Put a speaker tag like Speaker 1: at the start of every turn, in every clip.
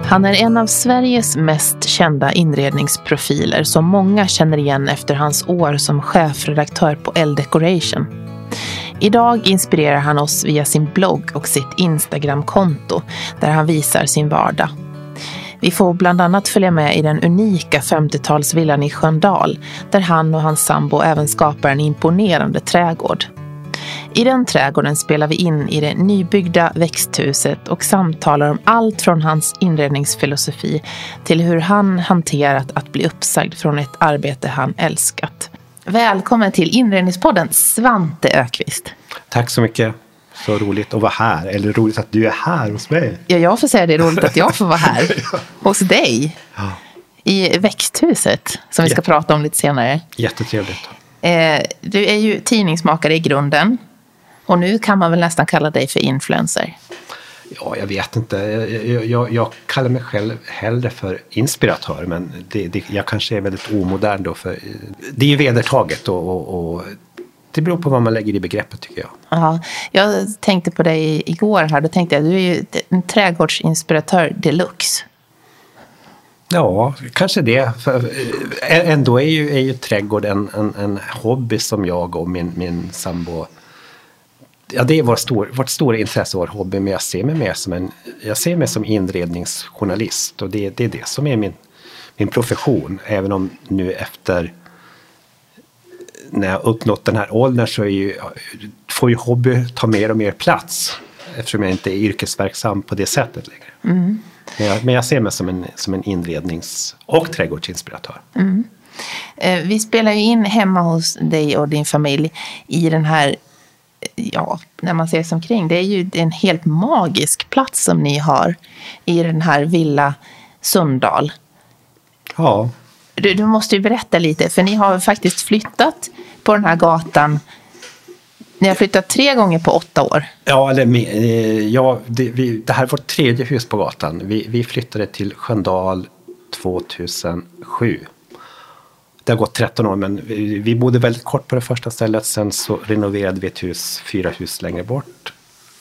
Speaker 1: Han är en av Sveriges mest kända inredningsprofiler som många känner igen efter hans år som chefredaktör på Elle Decoration. Idag inspirerar han oss via sin blogg och sitt Instagram-konto där han visar sin vardag. Vi får bland annat följa med i den unika 50-talsvillan i Sköndal där han och hans sambo även skapar en imponerande trädgård. I den trädgården spelar vi in i det nybyggda växthuset och samtalar om allt från hans inredningsfilosofi till hur han hanterat att bli uppsagd från ett arbete han älskat. Välkommen till Inredningspodden, Svante Öqvist.
Speaker 2: Tack så mycket. Så roligt att vara här. Eller roligt att du är här hos mig.
Speaker 1: Ja, jag får säga det är roligt att jag får vara här hos dig.
Speaker 2: Ja.
Speaker 1: I växthuset som vi ska prata om lite senare.
Speaker 2: Jättetrevligt.
Speaker 1: Du är ju tidningsmakare i grunden. Och nu kan man väl nästan kalla dig för influencer.
Speaker 2: Ja, jag vet inte. Jag kallar mig själv hellre för inspiratör. Men jag kanske är väldigt omodern då. För det är ju vedertaget och det beror på vad man lägger i begreppet, tycker jag.
Speaker 1: Ja, jag tänkte på dig igår här. Då tänkte jag, du är ju en trädgårdsinspiratör deluxe.
Speaker 2: Ja, kanske det. För ändå är ju trädgård en hobby som jag och min sambo... Ja, det är vårt stora intresse och vår hobby, men jag ser mig som inredningsjournalist. Och det är det som är min profession. Även om nu när jag uppnått den här åldern så får ju hobby ta mer och mer plats. Eftersom jag inte är yrkesverksam på det sättet längre. Mm. Men jag ser mig som en inrednings- och trädgårdsinspiratör.
Speaker 1: Mm. Vi spelar ju in hemma hos dig och din familj i den här, när man ser sig omkring. Det är ju en helt magisk plats som ni har i den här Villa Sundal. Ja. Du måste ju berätta lite, för ni har faktiskt flyttat på den här gatan. Ni har flyttat 3 gånger på 8 år. Ja,
Speaker 2: det här är vårt 3:e hus på gatan. Vi flyttade till Sköndal 2007. Det har gått 13 år, men vi bodde väldigt kort på det första stället. Sen så renoverade vi ett hus 4 hus längre bort.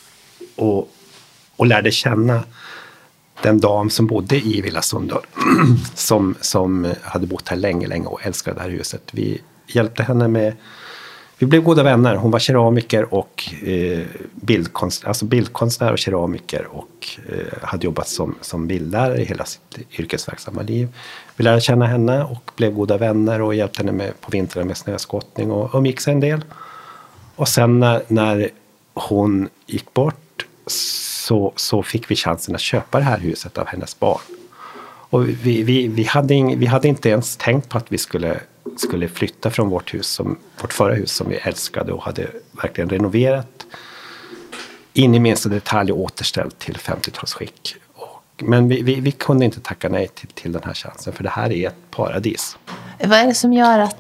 Speaker 2: Och lärde känna den dam som bodde i Villa Sundal. som hade bott här länge och älskade det här huset. Vi hjälpte henne med... Vi blev goda vänner. Hon var keramiker och bildkonstnär och keramiker och hade jobbat som bildlärare i hela sitt yrkesverksamma liv. Vi lärde känna henne och blev goda vänner och hjälpte henne på vintern med snöskottning och umgicks en del. Och sen när hon gick bort så fick vi chansen att köpa det här huset av hennes barn. Och vi hade inte ens tänkt på att vi skulle flytta från vårt förra hus som vi älskade och hade verkligen renoverat in i minsta detalj och återställt till 50-talsskick. Men vi kunde inte tacka nej till den här chansen, för det här är ett paradis.
Speaker 1: Vad är det som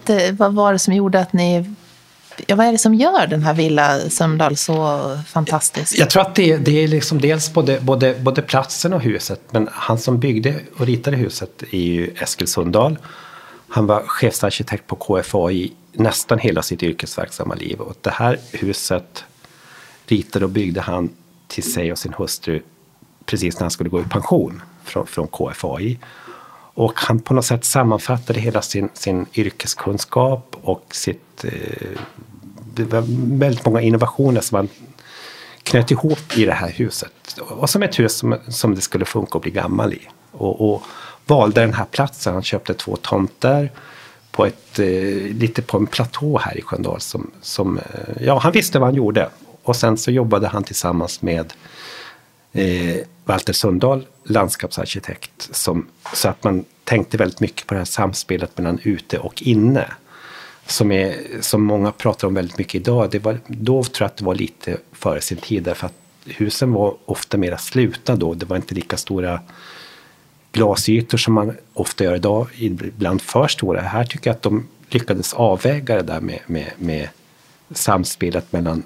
Speaker 1: gör den här Villa Sundal så fantastisk?
Speaker 2: Jag tror att det är liksom dels både platsen och huset, men han som byggde och ritade huset är ju Eskil Sundal. Han var chefsarkitekt på KFA i nästan hela sitt yrkesverksamma liv. Och det här huset ritade och byggde han till sig och sin hustru precis när han skulle gå i pension från KFAI. Och han på något sätt sammanfattade hela sin yrkeskunskap och det var väldigt många innovationer som han knöt ihop i det här huset. Och som ett hus som det skulle funka att bli gammal i. Och valde den här platsen. Han köpte 2 tomter på lite på en platå här i Sköndal som han visste vad han gjorde. Och sen så jobbade han tillsammans med Walter Sundal, landskapsarkitekt, så att man tänkte väldigt mycket på det här samspelet mellan ute och inne. Som många pratar om väldigt mycket idag. Då tror jag att det var lite före sin tid, därför att husen var ofta mer slutna då. Det var inte lika stora glasytor som man ofta gör idag, ibland för stora. Här tycker jag att de lyckades avväga det där med samspelet mellan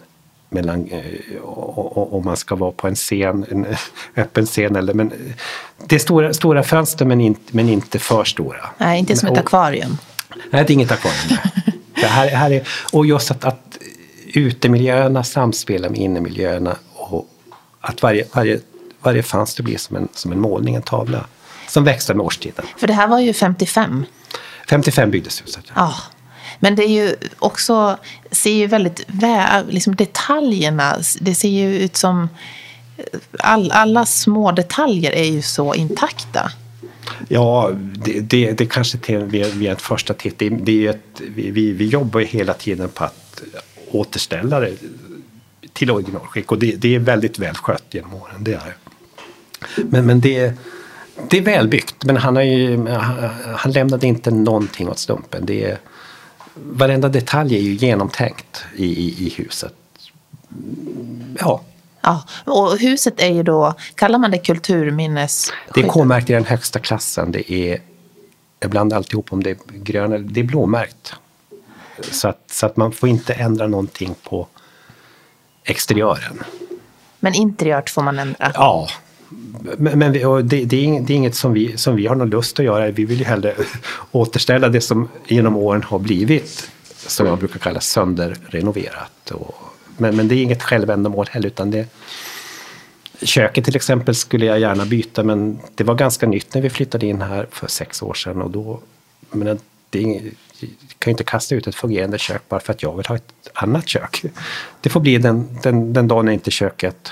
Speaker 2: om man ska vara på en scen, en öppen scen, men det är stora fönster men inte för stora.
Speaker 1: Nej, inte som ett akvarium.
Speaker 2: Nej, det är inget akvarium. Det här är, och just att utemiljöerna samspelar med innemiljöerna och att varje fönster blir som en målning, en tavla. Som växlar med årstiden.
Speaker 1: För det här var ju 55.
Speaker 2: 55 byggdes huset.
Speaker 1: Ja. Men det är ju också, ser ju väldigt liksom detaljerna, det ser ju ut som alla små detaljer är ju så intakta.
Speaker 2: Ja, det kanske vid ett första titt. Det är ju vi jobbar ju hela tiden på att återställa det till originalskick. Och det är väldigt väl skött genom åren, det är. Men det är välbyggt. Men han lämnade inte någonting åt slumpen. Varenda detalj är ju genomtänkt i huset. Ja.
Speaker 1: Ja, och huset är ju då, kallar man det kulturminnes?
Speaker 2: Det är K-märkt i den högsta klassen. Det är, jag blandar alltihop om det är grön eller det är blåmärkt. Så att man får inte ändra någonting på exteriören.
Speaker 1: Men interiört får man ändra?
Speaker 2: Ja, men det är inget som vi har någon lust att göra. Vi vill ju hellre återställa det som genom åren har blivit, som jag brukar kalla sönderrenoverat. Men det är inget självändamål heller, utan köket till exempel skulle jag gärna byta, men det var ganska nytt när vi flyttade in här för 6 år sedan, och då, men jag kan ju inte kasta ut ett fungerande kök bara för att jag vill ha ett annat kök. Det får bli den dagen när inte köket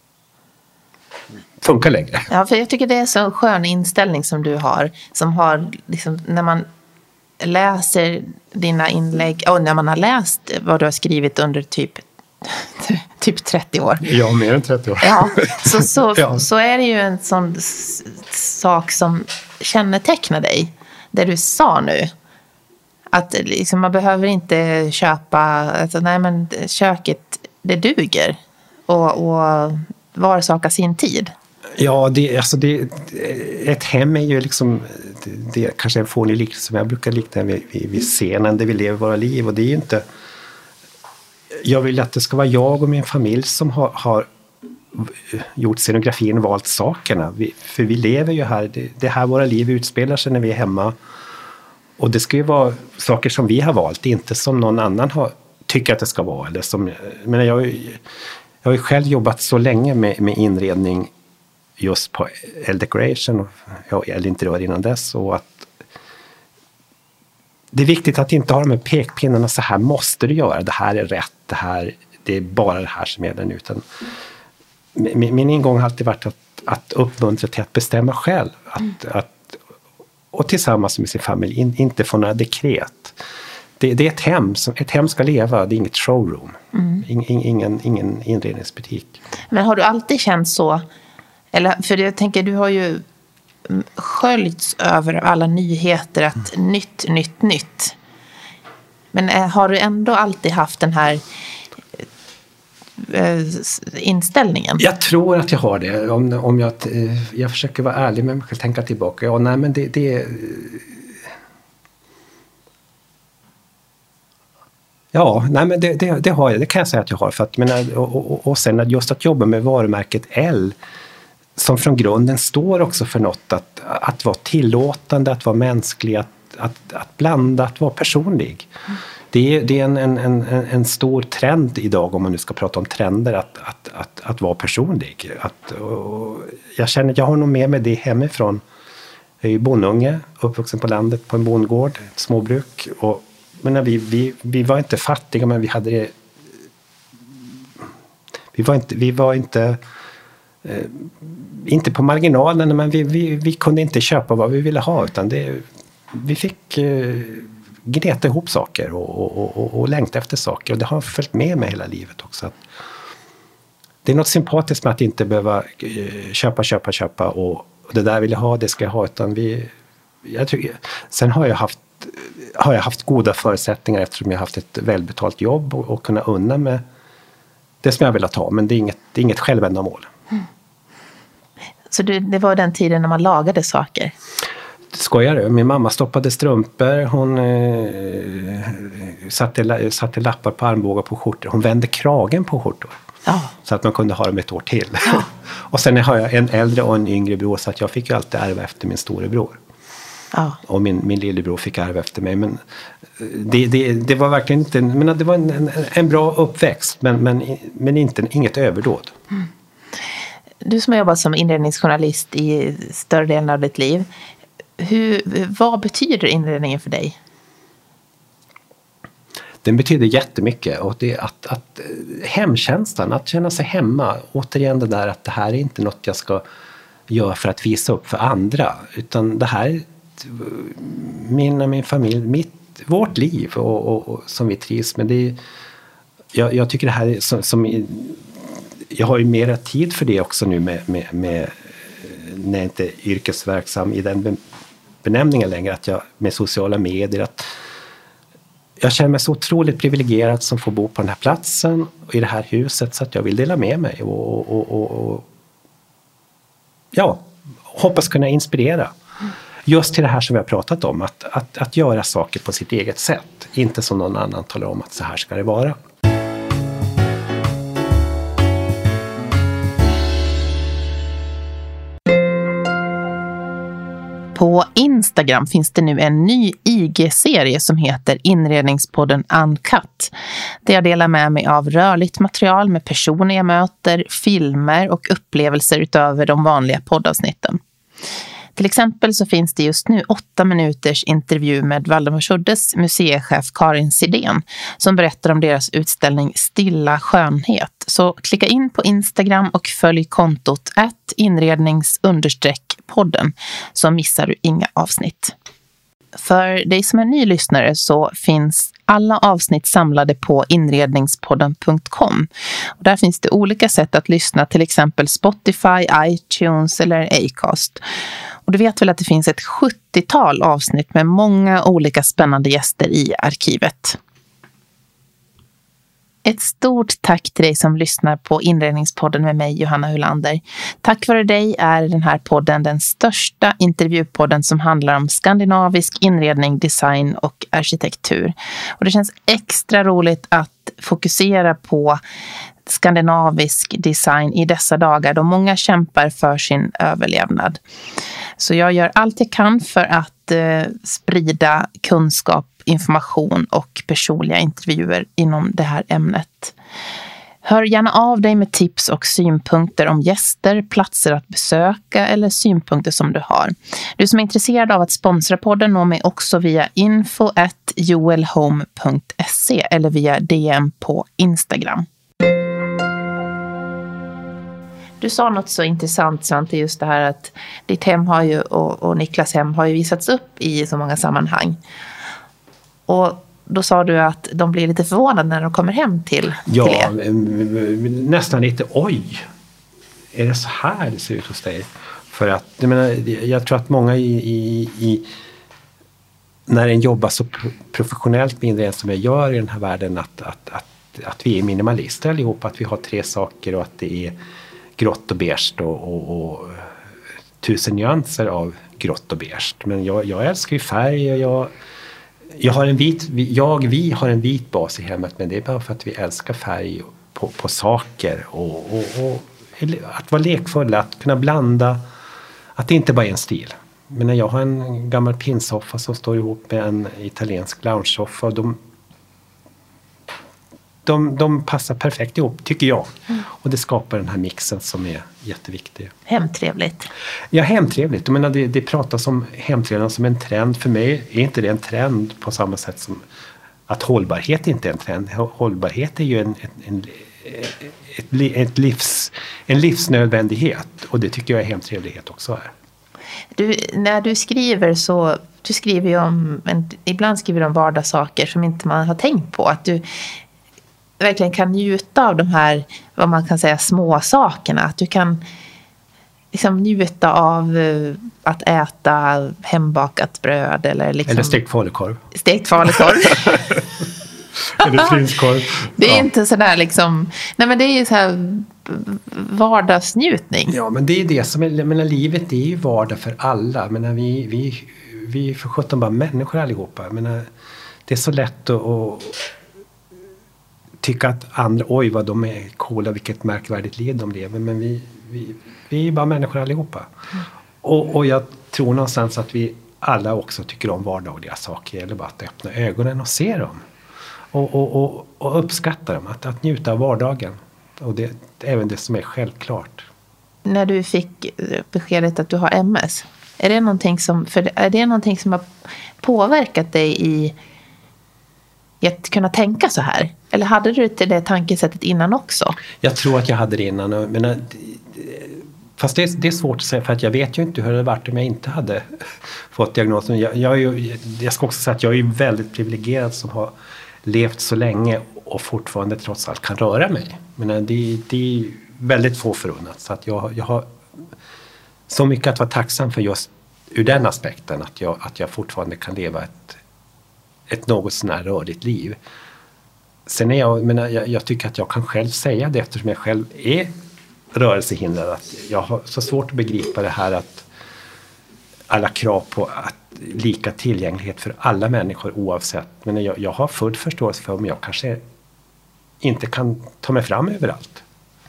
Speaker 2: funkar längre.
Speaker 1: Ja, för jag tycker det är så en skön inställning som du har, som har liksom, när man läser dina inlägg och när man har läst vad du har skrivit under typ 30 år.
Speaker 2: Ja, mer än 30 år.
Speaker 1: Ja, så är det ju en sån sak som kännetecknar dig. Det du sa nu. Att liksom, man behöver inte köpa, alltså, nej men köket, det duger. Och var sak av sin tid. Ja,
Speaker 2: ett hem är ju liksom, det är kanske en fånig liknelse som jag brukar likna vid scenen där vi lever våra liv, och det är ju inte, jag vill att det ska vara jag och min familj som har gjort scenografin och valt sakerna, för vi lever ju här, det här våra liv utspelar sig när vi är hemma, och det ska ju vara saker som vi har valt, inte som någon annan tycker att det ska vara, eller som, men jag har ju själv jobbat så länge med inredning just på L-decoration, och jag är interiör innan dess, och att det är viktigt att inte ha de här pekpinnarna, så här måste du göra, det här är rätt, det är bara det här som är den, utan min ingång har alltid varit att uppmuntra till att bestämma själv, och tillsammans med sin familj, inte få några dekret. Det är ett hem ska leva, det är inget showroom. Ingen inredningsbutik.
Speaker 1: Men har du alltid känt så? Eller, för jag tänker, du har ju sköljts över alla nyheter att nytt. Men har du ändå alltid haft den här inställningen?
Speaker 2: Jag tror att jag har det. Om jag försöker vara ärlig med mig själv, tänka tillbaka. Ja, nej, men det ja, nej, men det har jag. Det kan jag säga att jag har. För att, och sen just att jobba med varumärket L, som från grunden står också för något, att vara tillåtande, att vara mänsklig, att blanda, att vara personlig. Det är en stor trend idag, om man nu ska prata om trender, att vara personlig. Jag känner att jag har nog med mig det hemifrån. Jag är ju bondunge, uppvuxen på landet på en bondgård, ett småbruk, men vi var inte fattiga, men vi hade det. Vi var inte på marginalen, men vi kunde inte köpa vad vi ville ha, utan vi fick gneta ihop saker och längta efter saker, och det har följt med mig hela livet också. Det är något sympatiskt med att inte behöva köpa och det där vill jag ha, det ska jag ha, utan sen har jag haft goda förutsättningar, eftersom jag har haft ett välbetalt jobb och kunna unna med det som jag vill ha, men det är inget självändamål.
Speaker 1: Så det var den tiden när man lagade saker?
Speaker 2: Skojar du? Min mamma stoppade strumpor, hon satte lappar på armbågar på skjortor, hon vände kragen på skjortor. Ja. Så att man kunde ha dem ett år till. Ja. Och sen har jag en äldre och en yngre bror, så att jag fick ju alltid ärva efter min storebror. Ja. Och min lillebror fick ärva efter mig. Men det var verkligen inte, men det var en bra uppväxt, men inget överdåd.
Speaker 1: Du som har jobbat som inredningsjournalist i större delen av ditt liv. Vad betyder inredningen för dig?
Speaker 2: Den betyder jättemycket, och det är att hemkänslan, att känna sig hemma. Återigen det där att det här är inte något jag ska göra för att visa upp för andra, utan det här min familj, vårt liv och som vi trivs med. Det är, jag tycker det här är som jag har ju mera tid för det också nu med när jag inte är yrkesverksam i den benämningen längre, att jag med sociala medier, att jag känner mig så otroligt privilegierad som får bo på den här platsen och i det här huset, så att jag vill dela med mig och hoppas kunna inspirera just till det här som vi har pratat om, att göra saker på sitt eget sätt, inte som någon annan talar om att så här ska det vara.
Speaker 1: På Instagram finns det nu en ny IG-serie som heter Inredningspodden Uncut. Där jag delar med mig av rörligt material med personer jag möter, filmer och upplevelser utöver de vanliga poddavsnitten. Till exempel så finns det just nu 8 minuters intervju med Valdemarsuddes museichef Karin Sidén som berättar om deras utställning Stilla skönhet. Så klicka in på Instagram och följ kontot @inrednings_podden så missar du inga avsnitt. För dig som är ny lyssnare så finns alla avsnitt samlade på inredningspodden.com. Och där finns det olika sätt att lyssna, till exempel Spotify, iTunes eller Acast. Och du vet väl att det finns ett 70-tal avsnitt med många olika spännande gäster i arkivet. Ett stort tack till dig som lyssnar på Inredningspodden med mig, Johanna Hulander. Tack vare dig är den här podden den största intervjupodden som handlar om skandinavisk inredning, design och arkitektur. Och det känns extra roligt att fokusera på skandinavisk design i dessa dagar då många kämpar för sin överlevnad. Så jag gör allt jag kan för att sprida kunskap, information och personliga intervjuer inom det här ämnet. Hör gärna av dig med tips och synpunkter om gäster, platser att besöka eller synpunkter som du har. Du som är intresserad av att sponsra podden når mig också via info@joelhome.se eller via DM på Instagram. Du sa något så intressant, Svante, just det här att ditt hem har ju, och Niklas hem har ju visats upp i så många sammanhang. Och då sa du att de blir lite förvånade när de kommer hem till er.
Speaker 2: Nästan lite, oj, är det så här det ser ut hos dig? För att, jag tror att många när en jobbar så professionellt med inredning som jag gör i den här världen, att vi är minimalister allihop, att vi har 3 saker och att det är grått och beige och 1000 nyanser av grått och beige. Men jag älskar ju färg och vi har en vit bas i hemmet, men det är bara för att vi älskar färg på saker och att vara lekfulla, att kunna blanda, att det inte bara är en stil. Men jag har en gammal pinsoffa som står ihop med en italiensk lounge-soffa och de passar perfekt ihop, tycker jag. Och det skapar den här mixen som är jätteviktig.
Speaker 1: Hemtrevligt. Ja,
Speaker 2: hemtrevligt. Jag menar, det pratas om hemtrevnad som en trend. För mig är inte det en trend på samma sätt som att hållbarhet inte är en trend. Hållbarhet är ju en livsnödvändighet. Och det tycker jag är hemtrevlighet också är.
Speaker 1: När du skriver så... Du skriver ju ibland skriver du om vardagssaker som inte man har tänkt på. Att du verkligen kan njuta av de här, vad man kan säga, små sakerna. Att du kan liksom njuta av att äta hembakat bröd eller
Speaker 2: stekt falukorv.
Speaker 1: Eller prinskorv. Det är inte sådär liksom, nej men det är ju så här vardagsnjutning.
Speaker 2: Ja, men det är det som är, men livet är ju vardag för alla. Men vi är för 17 bara människor allihopa. Men det är så lätt att tycka att andra, oj vad de är coola, vilket märkvärdigt liv de lever. Men vi är bara människor allihopa. Och jag tror någonstans att vi alla också tycker om vardagliga saker. Eller bara att öppna ögonen och se dem. Och uppskatta dem. Att njuta av vardagen. Och det är även det som är självklart.
Speaker 1: när du fick beskedet att du har MS, är det någonting som har påverkat dig i att kunna tänka så här? Eller hade du det tankesättet innan också?
Speaker 2: Jag tror att jag hade det innan. Men, fast det är svårt att säga, för att jag vet ju inte hur det hade varit om jag inte hade fått diagnosen. Jag ska också säga att jag är väldigt privilegierad som har levt så länge och fortfarande trots allt kan röra mig. Men det är väldigt få förunnat. Så att jag har så mycket att vara tacksam för just ur den aspekten, att jag fortfarande kan leva ett något sånär rörligt liv. Sen jag tycker att jag kan själv säga det, eftersom jag själv är rörelsehindrad, att jag har så svårt att begripa det här att alla krav på lika tillgänglighet för alla människor oavsett. Men jag har full förståelse för om jag kanske inte kan ta mig fram överallt.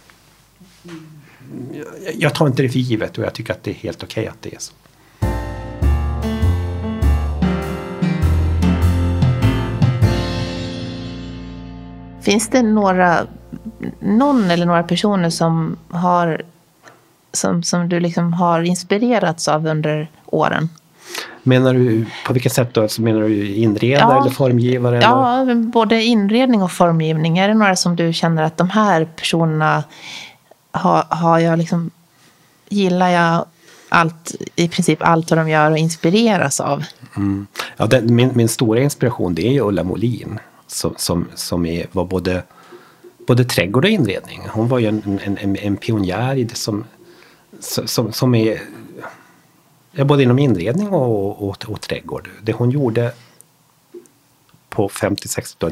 Speaker 2: Jag tar inte det för givet, och jag tycker att det är helt okej att det är så.
Speaker 1: Finns det någon eller några personer som du liksom har inspirerats av under åren?
Speaker 2: Menar du på vilket sätt då? Så menar du inredare eller formgivare?
Speaker 1: Ja, eller? Både inredning och formgivning. Är det några som du känner att de här personerna har jag liksom, gillar jag i princip allt vad de gör och inspireras av?
Speaker 2: Mm. Ja, min stora inspiration, det är ju Ulla Molin. Som var både trädgård och inredning. Hon var ju en pionjär i det som är både inom inredning och trädgård. Det hon gjorde på 50-60-talet,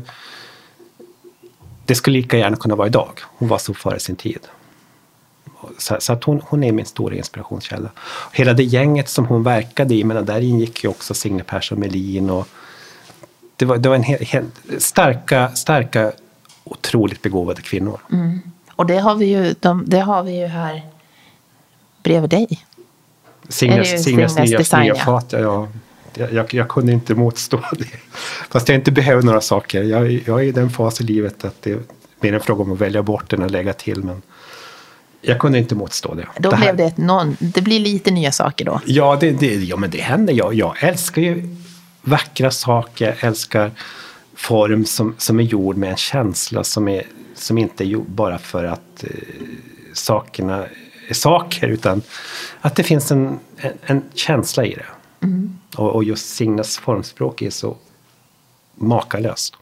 Speaker 2: det skulle lika gärna kunna vara idag. Hon var så före sin tid. Så att hon är min stora inspirationskälla. Hela det gänget som hon verkade i, men där ingick ju också Signe Persson Melin, och det var en helt starka, otroligt begåvade kvinnor.
Speaker 1: Mm. Och det har vi ju här bredvid dig.
Speaker 2: Signes nya fat. Jag kunde inte motstå det. Fast jag inte behöver några saker. Jag är i den fas i livet att det är mer en fråga om att välja bort den och lägga till. Men jag kunde inte motstå det.
Speaker 1: Då blev det blir lite nya saker då.
Speaker 2: Ja, men det händer. Jag älskar ju vackra saker. Jag älskar form som är gjord med en känsla som inte är gjord bara för att sakerna är saker, utan att det finns en känsla i det. Mm. Och just Signes formspråk är så makalöst.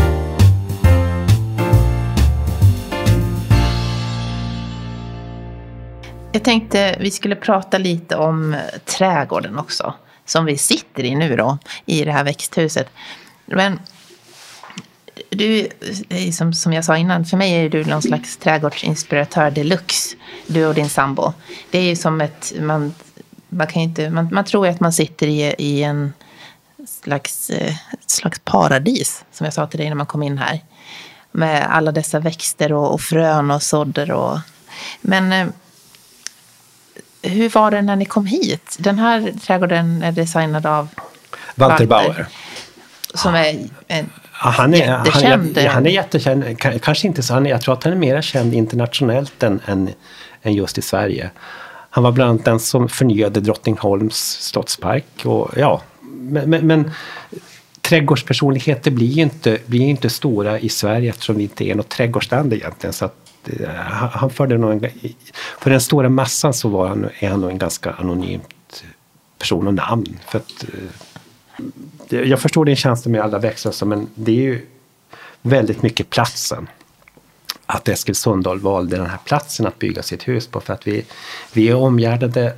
Speaker 1: Jag tänkte vi skulle prata lite om trädgården också, som vi sitter i nu då, i det här växthuset. Men du, som jag sa innan, för mig är du någon slags trädgårdsinspiratör deluxe, du och din sambo. Det är ju som man tror att man sitter i en slags paradis, som jag sa till dig när man kom in här. Med alla dessa växter och frön och sådder. Men hur var det när ni kom hit? Den här trädgården är designad av
Speaker 2: Walter Bauer.
Speaker 1: Som är
Speaker 2: jättekänd. Han är jättekänd. Kanske inte så. Jag tror att han är mer känd internationellt än just i Sverige. Han var bland annat den som förnyade Drottningholms slottspark. Och, ja, men trädgårdspersonligheter blir inte stora i Sverige, eftersom vi inte är något trädgårdsland egentligen. Så att han förde nog för den stora massan så är han nog en ganska anonymt person och namn. För att jag förstår din känsla med alla växter, men det är ju väldigt mycket platsen. Att Eskil Sundahl valde den här platsen att bygga sitt hus på, för att vi är omgärdade.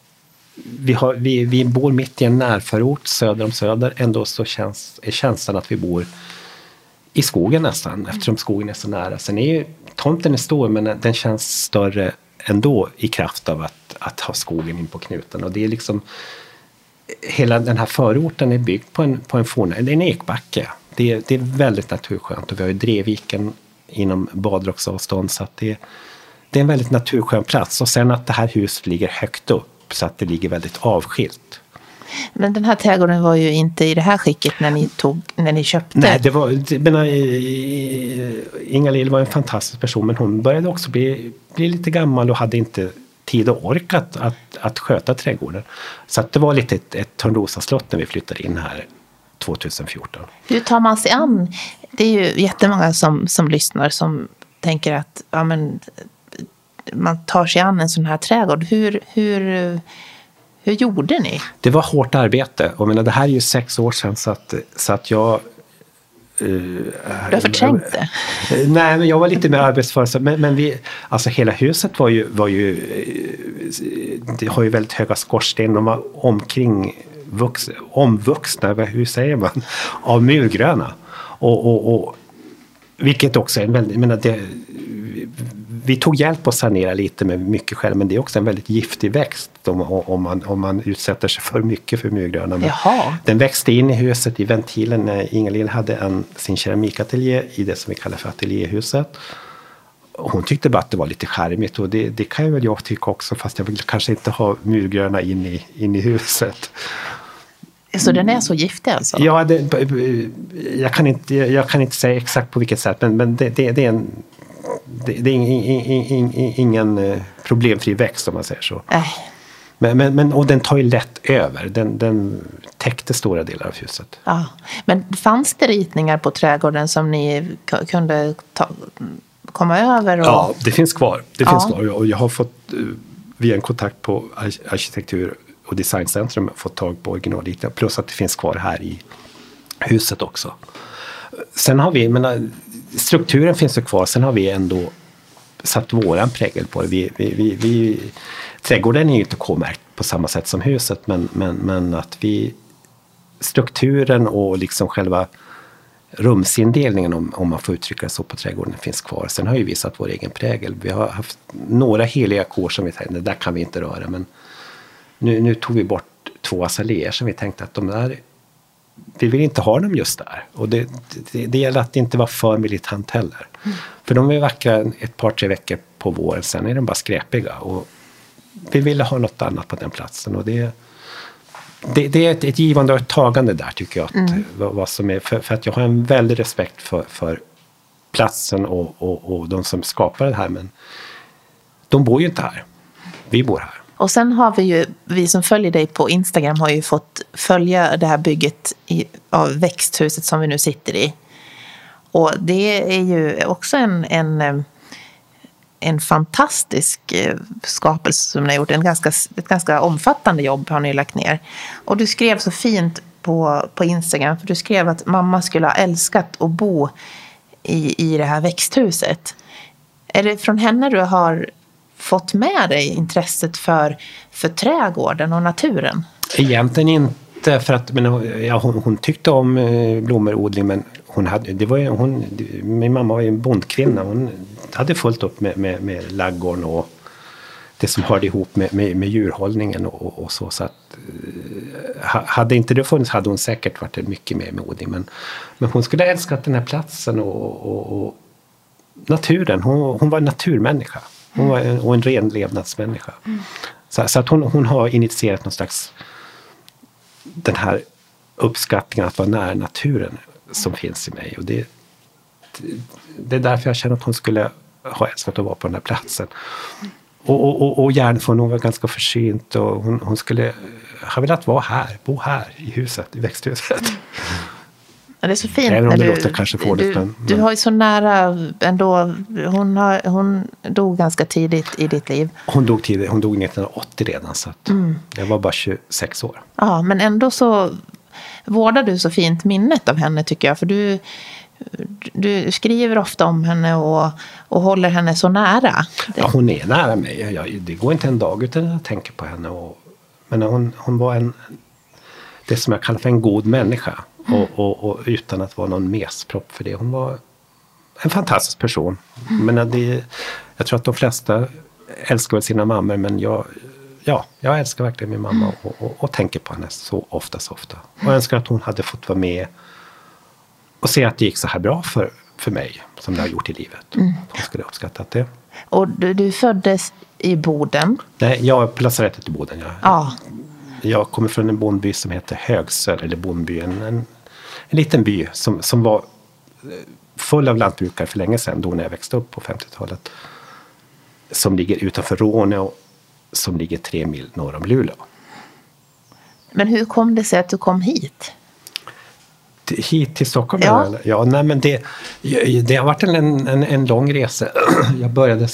Speaker 2: Vi bor mitt i en närförort söder om Söder, ändå så är känslan att vi bor i skogen nästan, eftersom skogen är så nära. Sen är ju tomten är stor, men den känns större ändå i kraft av att ha skogen in på knuten. Och det är liksom, hela den här förorten är byggd på en ekbacke. Det är väldigt naturskönt, och vi har ju Drevviken inom badrocksavstånd, så att det är en väldigt naturskön plats. Och sen att det här huset ligger högt upp, så att det ligger väldigt avskilt.
Speaker 1: Men den här trädgården var ju inte i det här skicket när ni köpte.
Speaker 2: Nej, Inga Lill var en fantastisk person, men hon började också bli lite gammal och hade inte tid och ork att sköta trädgården. Så att det var lite ett Törnrosaslott när vi flyttade in här 2014.
Speaker 1: Hur tar man sig an? Det är ju jättemånga som lyssnar som tänker att man tar sig an en sån här trädgård. Hur gjorde ni?
Speaker 2: Det var hårt arbete. Och det här är ju 6 år sedan så att jag...
Speaker 1: Du har förträngt det?
Speaker 2: Nej, men jag var lite mer arbetsför. Men vi, alltså hela huset var ju det har ju väldigt höga skorsten. De var omvuxna, hur säger man, av murgröna. Och vilket också är en väldigt... Vi tog hjälp på att sanera lite med mycket själv, men det är också en väldigt giftig växt om man utsätter sig för mycket för murgröna. Den växte in i huset i ventilen när Inga-Lill hade sin keramikateljé i det som vi kallar för ateljéhuset. Hon tyckte bara att det var lite charmigt, och det kan ju väl jag tycka också, fast jag vill kanske inte ha murgröna in i huset.
Speaker 1: Så den är så giftig alltså?
Speaker 2: Ja, jag kan inte säga exakt på vilket sätt, men det är ingen problemfri växt om man säger så. Men och den tar ju lätt över. Den täckte stora delar av huset.
Speaker 1: Ja. Men fanns det ritningar på trädgården som ni kunde komma över?
Speaker 2: Ja, det finns kvar. Finns kvar. Och jag har fått via en kontakt på arkitektur- och designcentrum fått tag på originalritningar. Plus att det finns kvar här i huset också. Sen har vi, strukturen finns ju kvar. Sen har vi ändå satt våran prägel på det. Trädgården är ju inte K-märkt på samma sätt som huset, men att strukturen och liksom själva rumsindelningen, om man får uttrycka det så, på trädgården finns kvar. Sen har ju vi satt vår egen prägel. Vi har haft några heliga kår som vi tänkte, det där kan vi inte röra, men nu tog vi bort 2 azaleer som vi tänkte att de där, vi vill inte ha dem just där. Och det gäller att det inte var för militant heller. För de är vackra ett par 3 veckor på våren, sen är de bara skräpiga. Och vi ville ha något annat på den platsen. Och det är ett givande och ett tagande där, tycker jag. Vad som är, för att jag har en väldig respekt för platsen och de som skapar det här. Men de bor ju inte här. Vi bor här.
Speaker 1: Och sen har vi som följer dig på Instagram har ju fått följa det här bygget av växthuset som vi nu sitter i. Och det är ju också en fantastisk skapelse som ni har gjort. Ett ganska omfattande jobb har ni lagt ner. Och du skrev så fint på Instagram, för du skrev att mamma skulle ha älskat att bo i det här växthuset. Är det från henne du har fått med dig intresset för trädgården och naturen?
Speaker 2: Egentligen inte, för att hon tyckte om blommerodling, men min mamma var ju en bondkvinna. Hon hade fullt upp med laggården och det som hörde ihop med djurhållningen och så att hade inte det funnits hade hon säkert varit mycket mer med odling, men hon skulle älskat den här platsen och naturen. Hon var en naturmänniska. Hon var en ren levnadsmänniska. Så att hon har initierat någon slags den här uppskattningen att vara nära naturen som finns i mig. Och det är därför jag känner att hon skulle ha älskat att vara på den här platsen. Och gärna, för hon var ganska försynt, och hon skulle ha velat vara här, bo här i huset, i växthuset.
Speaker 1: Ja, det är så fint.
Speaker 2: Även om det låter kanske fårligt.
Speaker 1: Du har ju så nära ändå. Hon dog ganska tidigt i ditt liv.
Speaker 2: Hon dog 1980 redan, så att jag var bara 26 år.
Speaker 1: Ja, men ändå så vårdar du så fint minnet av henne, tycker jag. För du skriver ofta om henne och håller henne så nära.
Speaker 2: Ja, hon är nära mig. Det går inte en dag utan att jag tänker på henne. Men hon var det som jag kallar för en god människa. Och utan att vara någon mespropp för det. Hon var en fantastisk person. Men jag tror att de flesta älskar väl sina mammor, men jag älskar verkligen min mamma och tänker på henne så ofta. Och jag önskar att hon hade fått vara med och se att det gick så här bra för mig som det har gjort i livet. Hon skulle ha uppskattat det. Och
Speaker 1: du föddes i Boden?
Speaker 2: Nej, jag är på lasarettet i Boden.
Speaker 1: Ja.
Speaker 2: Jag kommer från en bondby som heter Högsöl, eller Bondby, en liten by som var full av lantbrukare för länge sedan, då när jag växte upp på 50-talet. Som ligger utanför Råneå. som ligger 3 mil norr om Luleå.
Speaker 1: Men hur kom det sig att du kom hit?
Speaker 2: Hit till Stockholm?
Speaker 1: Ja.
Speaker 2: Eller? Ja, nej, men det har varit en lång resa. Jag började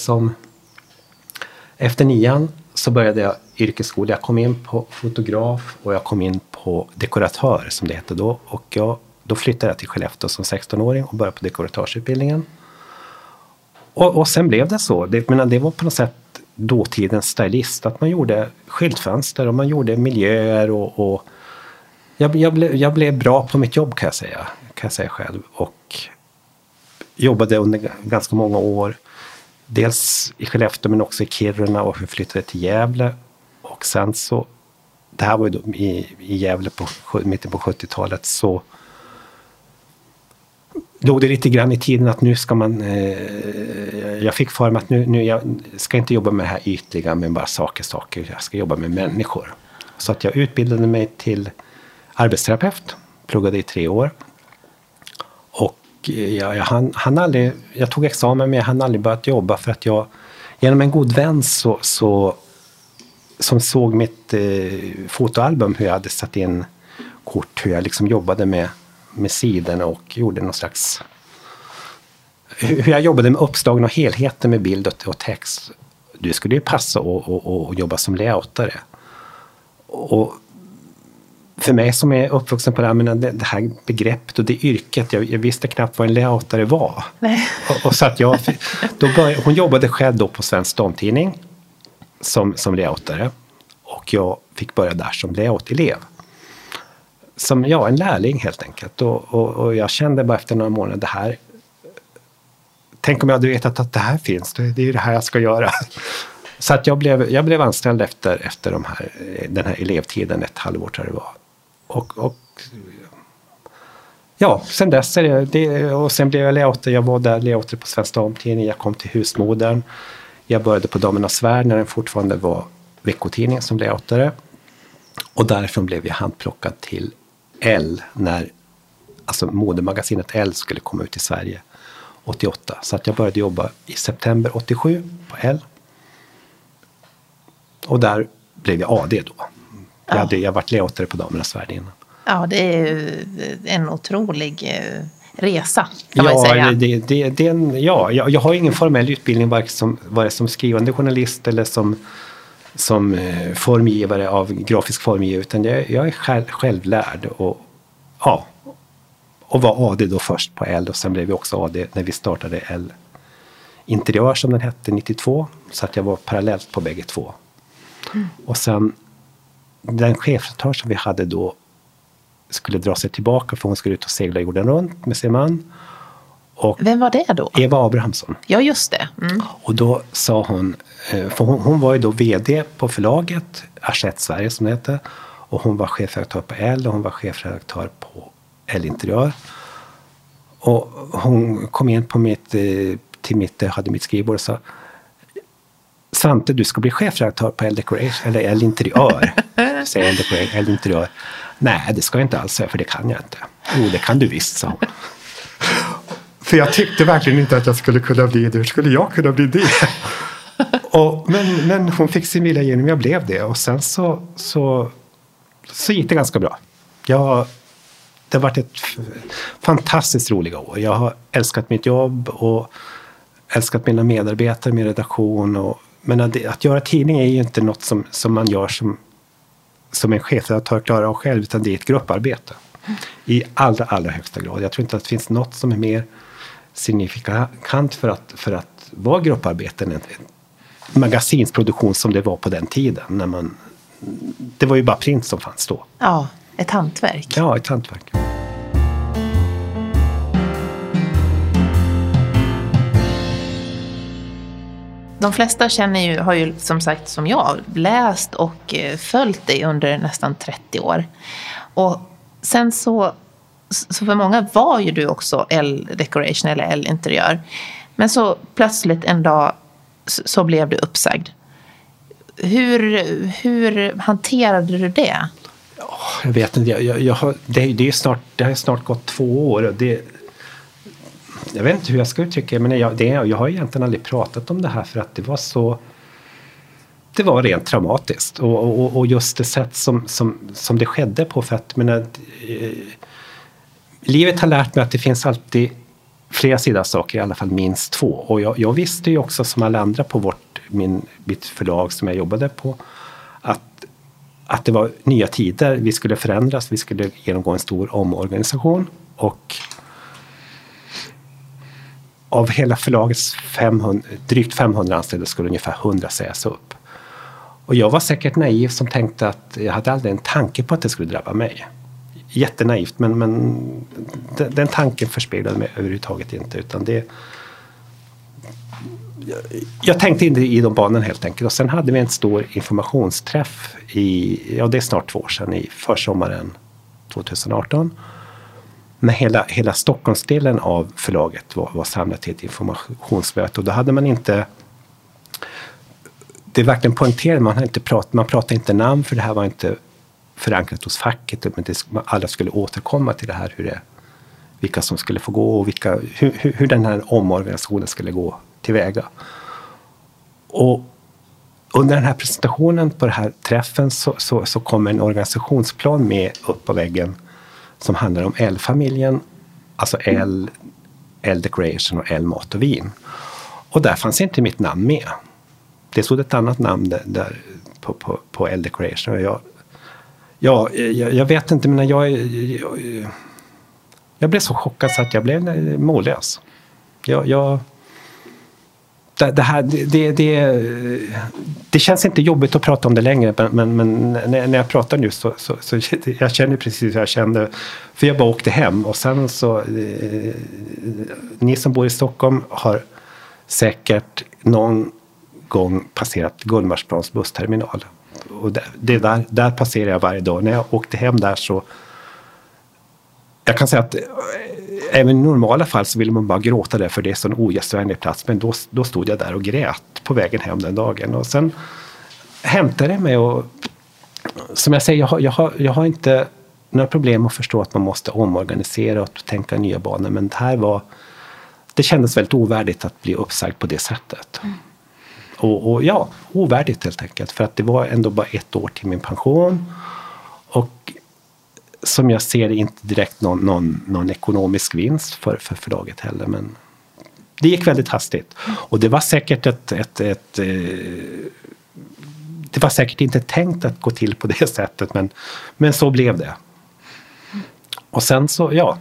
Speaker 2: efter 9:an så började jag yrkesskola. Jag kom in på fotograf och jag kom in på dekoratör som det hette då. Och då flyttade jag till Skellefteå som 16-åring och började på dekoratörsutbildningen. Och sen blev det så. Det var på något sätt dåtidens stylist. Att man gjorde skyltfönster och man gjorde miljöer och jag blev bra på mitt jobb kan jag säga själv. Och jobbade under ganska många år. Dels i Skellefteå men också i Kiruna och flyttade till Gävle. Och sen så, det här var ju då i Gävle på mitten på 70-talet, så låg det lite grann i tiden att nu ska man, jag fick för mig att nu jag ska inte jobba med det här ytliga med bara saker, jag ska jobba med människor. Så att jag utbildade mig till arbetsterapeut, pluggade i 3 år. Och jag hann aldrig, jag tog examen men jag hann aldrig börjat jobba för att jag, genom en god vän som såg mitt fotoalbum, hur jag hade satt in kort, hur jag liksom jobbade med sidorna och gjorde någon slags, hur jag jobbade med uppslagen och helheten med bild och text. Det skulle ju passa och jobba som layoutare. Och för mig som är uppvuxen på det här begreppet och det yrket, jag visste knappt vad en layoutare var.
Speaker 1: Nej.
Speaker 2: Och så att hon jobbade själv då på Svensk Damtidning som layoutare. Och jag fick börja där som layout-elev. Som en lärling helt enkelt. Och jag kände bara efter några månader det här. Tänk om jag hade vetat att det här finns. Det är ju det här jag ska göra. Så att jag blev anställd efter den här elevtiden, ett halvår tror jag det var. Och sen dess är det, och sen blev jag layouter. Jag var där layouter på Svensk Damtidning. Jag kom till Husmodern. Jag började på Damernas Värld när den fortfarande var veckotidning som layoutare. Och därifrån blev jag handplockad till L när modemagasinet L skulle komma ut i Sverige 88. Så att jag började jobba i september 87 på L. Och där blev jag AD då. Jag varit layoutare på Damernas Värld innan. Ja,
Speaker 1: det är ju en otrolig resa kan man säga.
Speaker 2: Jag har ingen formell utbildning vare som skrivande journalist eller som formgivare av grafisk formgivare, utan jag är självlärd och var AD då först på L och sen blev vi också AD när vi startade L Interiör som den hette 92, så att jag var parallellt på bägge två. Och sen den chefredaktör som vi hade då skulle dra sig tillbaka för hon skulle ut och segla jorden runt med sin man. Och
Speaker 1: vem var det då?
Speaker 2: Eva Abrahamsson.
Speaker 1: Ja, just det.
Speaker 2: Och då sa hon, för hon var ju då vd på förlaget Aschett Sverige som det heter, och hon var chefredaktör på L och hon var chefredaktör på L Interiör. Och hon kom in på hade mitt skrivbord och sa: Svante, du ska bli chefredaktör på L Decoration eller L Interiör. Säger L Interiör. Nej, det ska jag inte alls säga, för det kan jag inte. Jo, det kan du visst, sa hon. För jag tyckte verkligen inte att jag skulle kunna bli det. Hur skulle jag kunna bli det? Men hon fick sin vilja igenom, jag blev det. Och sen så gick det ganska bra. Det har varit ett fantastiskt roliga år. Jag har älskat mitt jobb och älskat mina medarbetare, min redaktion. Men att göra tidning är ju inte något som man gör som en chefredaktör klarar av själv, utan det är ett grupparbete. I allra högsta grad. Jag tror inte att det finns något som är mer signifikant för att vara grupparbete än en magasinsproduktion som det var på den tiden. Det var ju bara print som fanns då.
Speaker 1: Ja, ett hantverk.
Speaker 2: Ja, ett hantverk.
Speaker 1: De flesta har ju som sagt som jag läst och följt dig under nästan 30 år. Och sen så för många var ju du också L-decoration eller L-interiör. Men så plötsligt en dag så blev du uppsagd. Hur hanterade du det?
Speaker 2: Jag vet inte. Det har snart gått 2 år. Och jag vet inte hur jag ska uttrycka det, men jag har egentligen aldrig pratat om det här för att det var så... det var rent traumatiskt. Och just det sätt som det skedde på. För att livet har lärt mig att det finns alltid flera sidor saker, i alla fall minst 2. Och jag visste ju också som alla andra på mitt förlag som jag jobbade på att det var nya tider. Vi skulle förändras, vi skulle genomgå en stor omorganisation. Och av hela förlagets drygt 500 anställda skulle ungefär 100 sägas upp. Och jag var säkert naiv som tänkte att jag hade aldrig en tanke på att det skulle drabba mig. Jättenaivt, men den tanken förspeglade mig överhuvudtaget inte. Utan jag tänkte inte i de banorna helt enkelt. Och sen hade vi en stor informationsträff det är snart 2 år sedan, i försommaren 2018. När hela Stockholmsdelen av förlaget var samlat till ett informationsmöte. Och då hade man inte... Det är verkligen poängterat, man pratade inte namn, för det här var inte förankrat hos facket. Men alla skulle återkomma till det här, vilka som skulle få gå och hur den här omorganisationen skulle gå tillväga. Och under den här presentationen på den här träffen så kom en organisationsplan med upp på väggen som handlar om L-familjen, alltså L Decoration och L Mat och Vin. Och där fanns inte mitt namn med. Det stod ett annat namn där på L Decoration. Jag vet inte, men jag blev så chockad så att jag blev mållös. Det känns inte jobbigt att prata om det längre, men när jag pratar nu så jag känner precis hur jag kände, för jag bara åkte hem. Och sen så ni som bor i Stockholm har säkert någon gång passerat Gullmarsplans bussterminal, och där passerar jag varje dag. När jag åkte hem där så jag kan säga att även i normala fall så vill man bara gråta där, för det är så en ogästvänlig plats. Men då stod jag där och grät på vägen hem den dagen. Och sen hämtade jag mig, och som jag säger, jag har inte några problem att förstå att man måste omorganisera och tänka nya banor. Men det kändes väldigt ovärdigt att bli uppsagd på det sättet. Och ja, ovärdigt helt enkelt. För att det var ändå bara 1 år till min pension. Och som jag ser det inte direkt någon ekonomisk vinst för förlaget heller. Men det gick väldigt hastigt. Och det var säkert det var säkert inte tänkt att gå till på det sättet. Men så blev det. Och sen så, ja.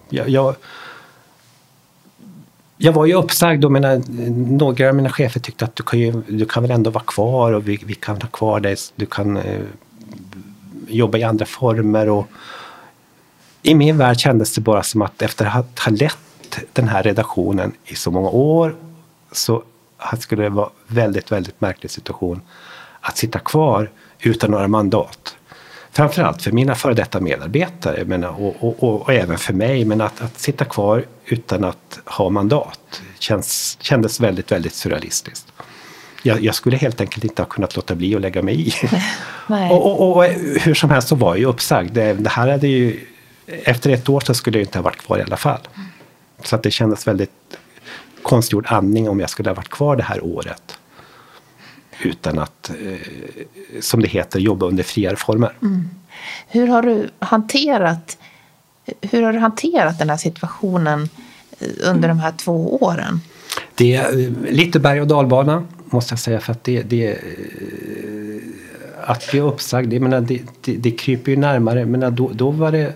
Speaker 2: Jag var ju uppsagd, och några av mina chefer tyckte att du kan väl ändå vara kvar, och vi kan ha kvar dig. Du kan jobba i andra former. Och i min värld kändes det bara som att efter att ha lett den här redaktionen i så många år, så skulle det vara väldigt, väldigt märklig situation att sitta kvar utan några mandat. Framförallt för mina före detta medarbetare och även för mig, men att sitta kvar utan att ha mandat kändes väldigt, väldigt surrealistiskt. Jag skulle helt enkelt inte ha kunnat låta bli att lägga mig i.
Speaker 1: Nej.
Speaker 2: och hur som helst så var jag ju uppsagd. Det här hade ju, efter 1 år så skulle jag inte ha varit kvar i alla fall. Så att det kändes väldigt konstgjord andning om jag skulle ha varit kvar det här året. Utan att, som det heter, jobba under friare former.
Speaker 1: Mm. Hur har du hanterat den här situationen under de här 2 åren?
Speaker 2: Det är lite berg- och dalbana, måste jag säga, för att att bli uppsagd, det kryper ju närmare. Men då var det,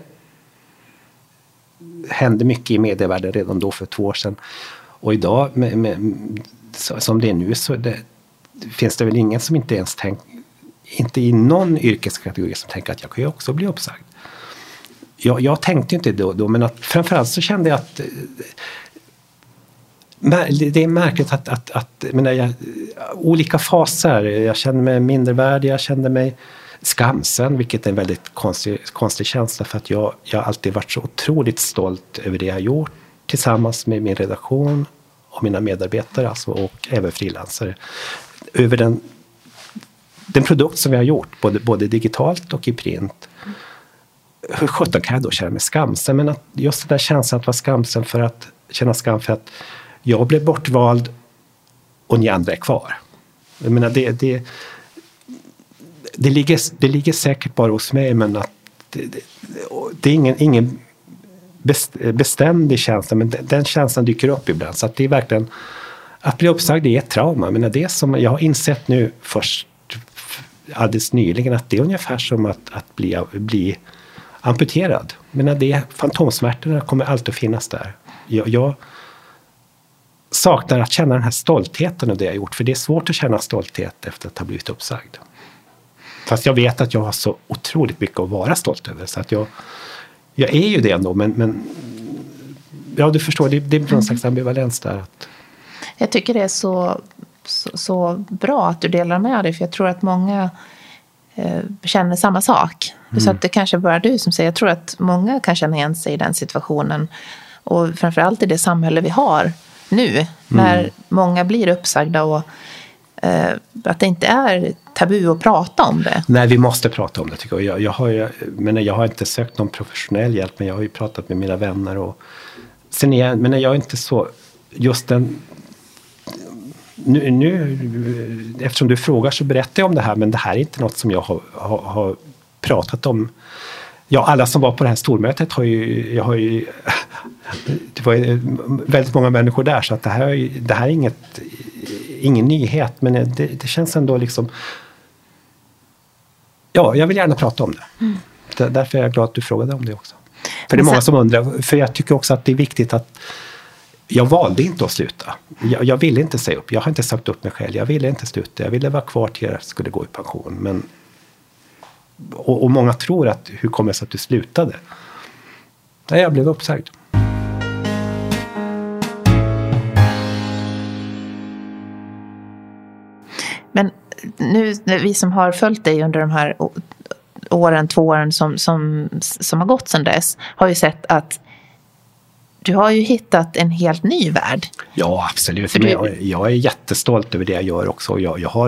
Speaker 2: hände mycket i medievärlden redan då för 2 år sedan. Och idag, som det är nu, så finns det väl ingen som inte ens inte i någon yrkeskategori som tänker att jag kan ju också bli uppsagd. Jag tänkte inte då, men framförallt så kände jag att det är märkligt att olika faser. Jag kände mig mindervärdig, jag kände mig skamsen, vilket är en väldigt konstig känsla, för att jag alltid varit så otroligt stolt över det jag har gjort tillsammans med min redaktion och mina medarbetare, alltså, och även frilansare, över den produkt som vi har gjort, både digitalt och i print. Hur sjutton kan jag då känna mig skamsen? Men att just den där känslan att vara skamsen, för att känna skam för att jag blev bortvald och ni andra är kvar. Jag menar, det ligger säkert bara hos mig, men att det är ingen bestämd känsla, men den känslan dyker upp ibland. Så att det är verkligen, att bli uppsagd är ett trauma, men det som jag har insett nu först alldeles nyligen, att det är ungefär som att bli amputerad. Men det fantomsmärtorna kommer alltid att finnas där. Jag saknar att känna den här stoltheten av det jag gjort, för det är svårt att känna stolthet efter att ha blivit uppsagd. Fast jag vet att jag har så otroligt mycket att vara stolt över, så att jag är ju det ändå, men ja, du förstår, det är någon slags ambivalens där.
Speaker 1: Jag tycker det är så bra att du delar med dig, för jag tror att många känner samma sak. Så att det kanske bara du som säger, jag tror att många kan känna igen sig i den situationen, och framförallt i det samhälle vi har nu, när många blir uppsagda, och att det inte är tabu att prata om det.
Speaker 2: Nej, vi måste prata om det, tycker jag. Jag har inte sökt någon professionell hjälp, men jag har ju pratat med mina vänner, och sen jag är inte så just den nu eftersom du frågar så berättar jag om det här, men det här är inte något som jag har pratat om. Ja, alla som var på det här stormötet det var ju väldigt många människor där, så att det här är ingen nyhet, men det känns ändå liksom, ja, jag vill gärna prata om det. Därför är jag glad att du frågade om det också. För det är många som undrar, för jag tycker också att det är viktigt att jag valde inte att sluta. Jag ville inte säga upp. Jag har inte sagt upp mig själv. Jag ville inte sluta. Jag ville vara kvar till jag skulle gå i pension. Men, och många tror att hur kommer det sig att du slutade? Nej, jag blev uppsagd.
Speaker 1: Men nu, vi som har följt dig under de här 2 åren som har gått sedan dess, har ju sett att du har ju hittat en helt ny värld.
Speaker 2: Ja, absolut. Jag är jättestolt över det jag gör också.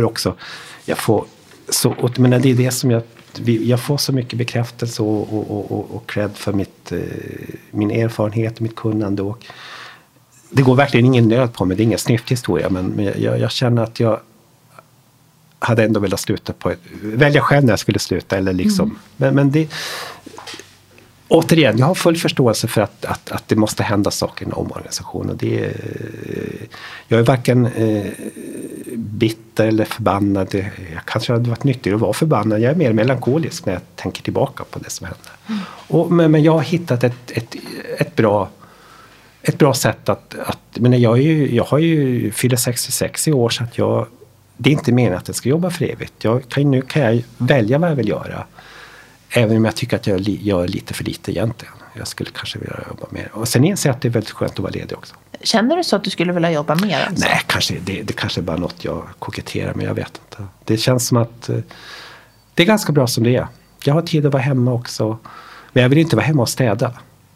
Speaker 2: Men det är det som jag får så mycket bekräftelse och cred för min erfarenhet och mitt kunnande. Och det går verkligen ingen nöd på mig. Det är ingen snyfthistoria, men jag känner att jag hade ändå velat sluta välja själv när jag skulle sluta. Eller liksom. Men det... Återigen, jag har full förståelse för att det måste hända saker i en omorganisation. Och jag är varken bitter eller förbannad. Jag kanske hade varit nyttig att vara förbannad. Jag är mer melankolisk när jag tänker tillbaka på det som hände. Men jag har hittat ett bra sätt att men jag har ju fyller 66 i år, så att det är inte meningen att jag ska jobba för evigt. Nu kan jag välja vad jag vill göra. Även om jag tycker att jag gör lite för lite egentligen. Jag skulle kanske vilja jobba mer. Och sen inser jag att det är väldigt skönt att vara ledig också.
Speaker 1: Känner du så att du skulle vilja jobba mer? Alltså?
Speaker 2: Nej, det kanske är bara något jag koketterar, men jag vet inte. Det känns som att det är ganska bra som det är. Jag har tid att vara hemma också. Men jag vill inte vara hemma och städa.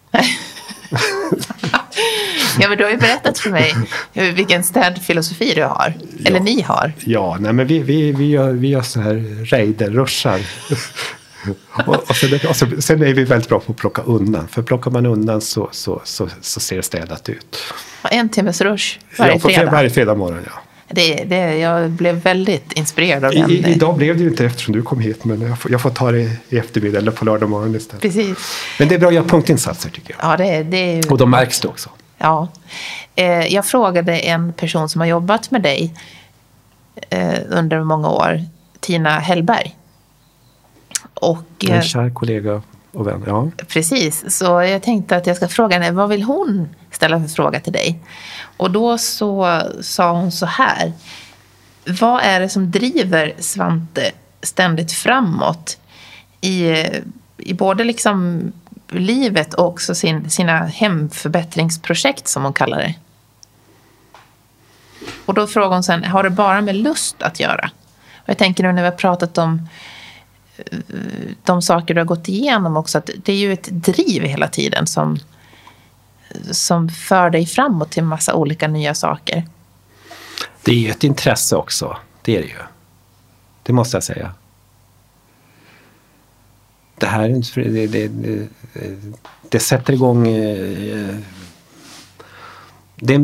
Speaker 1: Ja, men du har ju berättat för mig vilken städfilosofi du har. Ja. Eller ni har.
Speaker 2: Ja, nej, men vi gör så här rushar. och sen är vi väldigt bra på att plocka undan. För plockar man undan så ser det städat ut.
Speaker 1: 1 timmes rush varje fredag.
Speaker 2: Varje fredag morgon, ja.
Speaker 1: Jag blev väldigt inspirerad av den.
Speaker 2: Idag blev det ju inte eftersom du kom hit, men jag får ta det i eftermiddag eller på lördag morgon istället.
Speaker 1: Precis.
Speaker 2: Men det är bra att göra punktinsatser, tycker jag.
Speaker 1: Ja, det
Speaker 2: och då märks det också.
Speaker 1: Ja. Jag frågade en person som har jobbat med dig under många år, Tina Hellberg.
Speaker 2: En kär kollega och vän, ja.
Speaker 1: Precis, så jag tänkte att jag ska fråga henne, vad vill hon ställa för fråga till dig? Och då så sa hon så här: vad är det som driver Svante ständigt framåt i både liksom livet och också sina hemförbättringsprojekt, som hon kallar det? Och då frågar hon sen, har det bara med lust att göra? Och jag tänker nu när vi har pratat om de saker du har gått igenom också, att det är ju ett driv hela tiden som för dig framåt till en massa olika nya saker.
Speaker 2: Det är ju ett intresse också, det är det ju. Det måste jag säga. Det här det sätter igång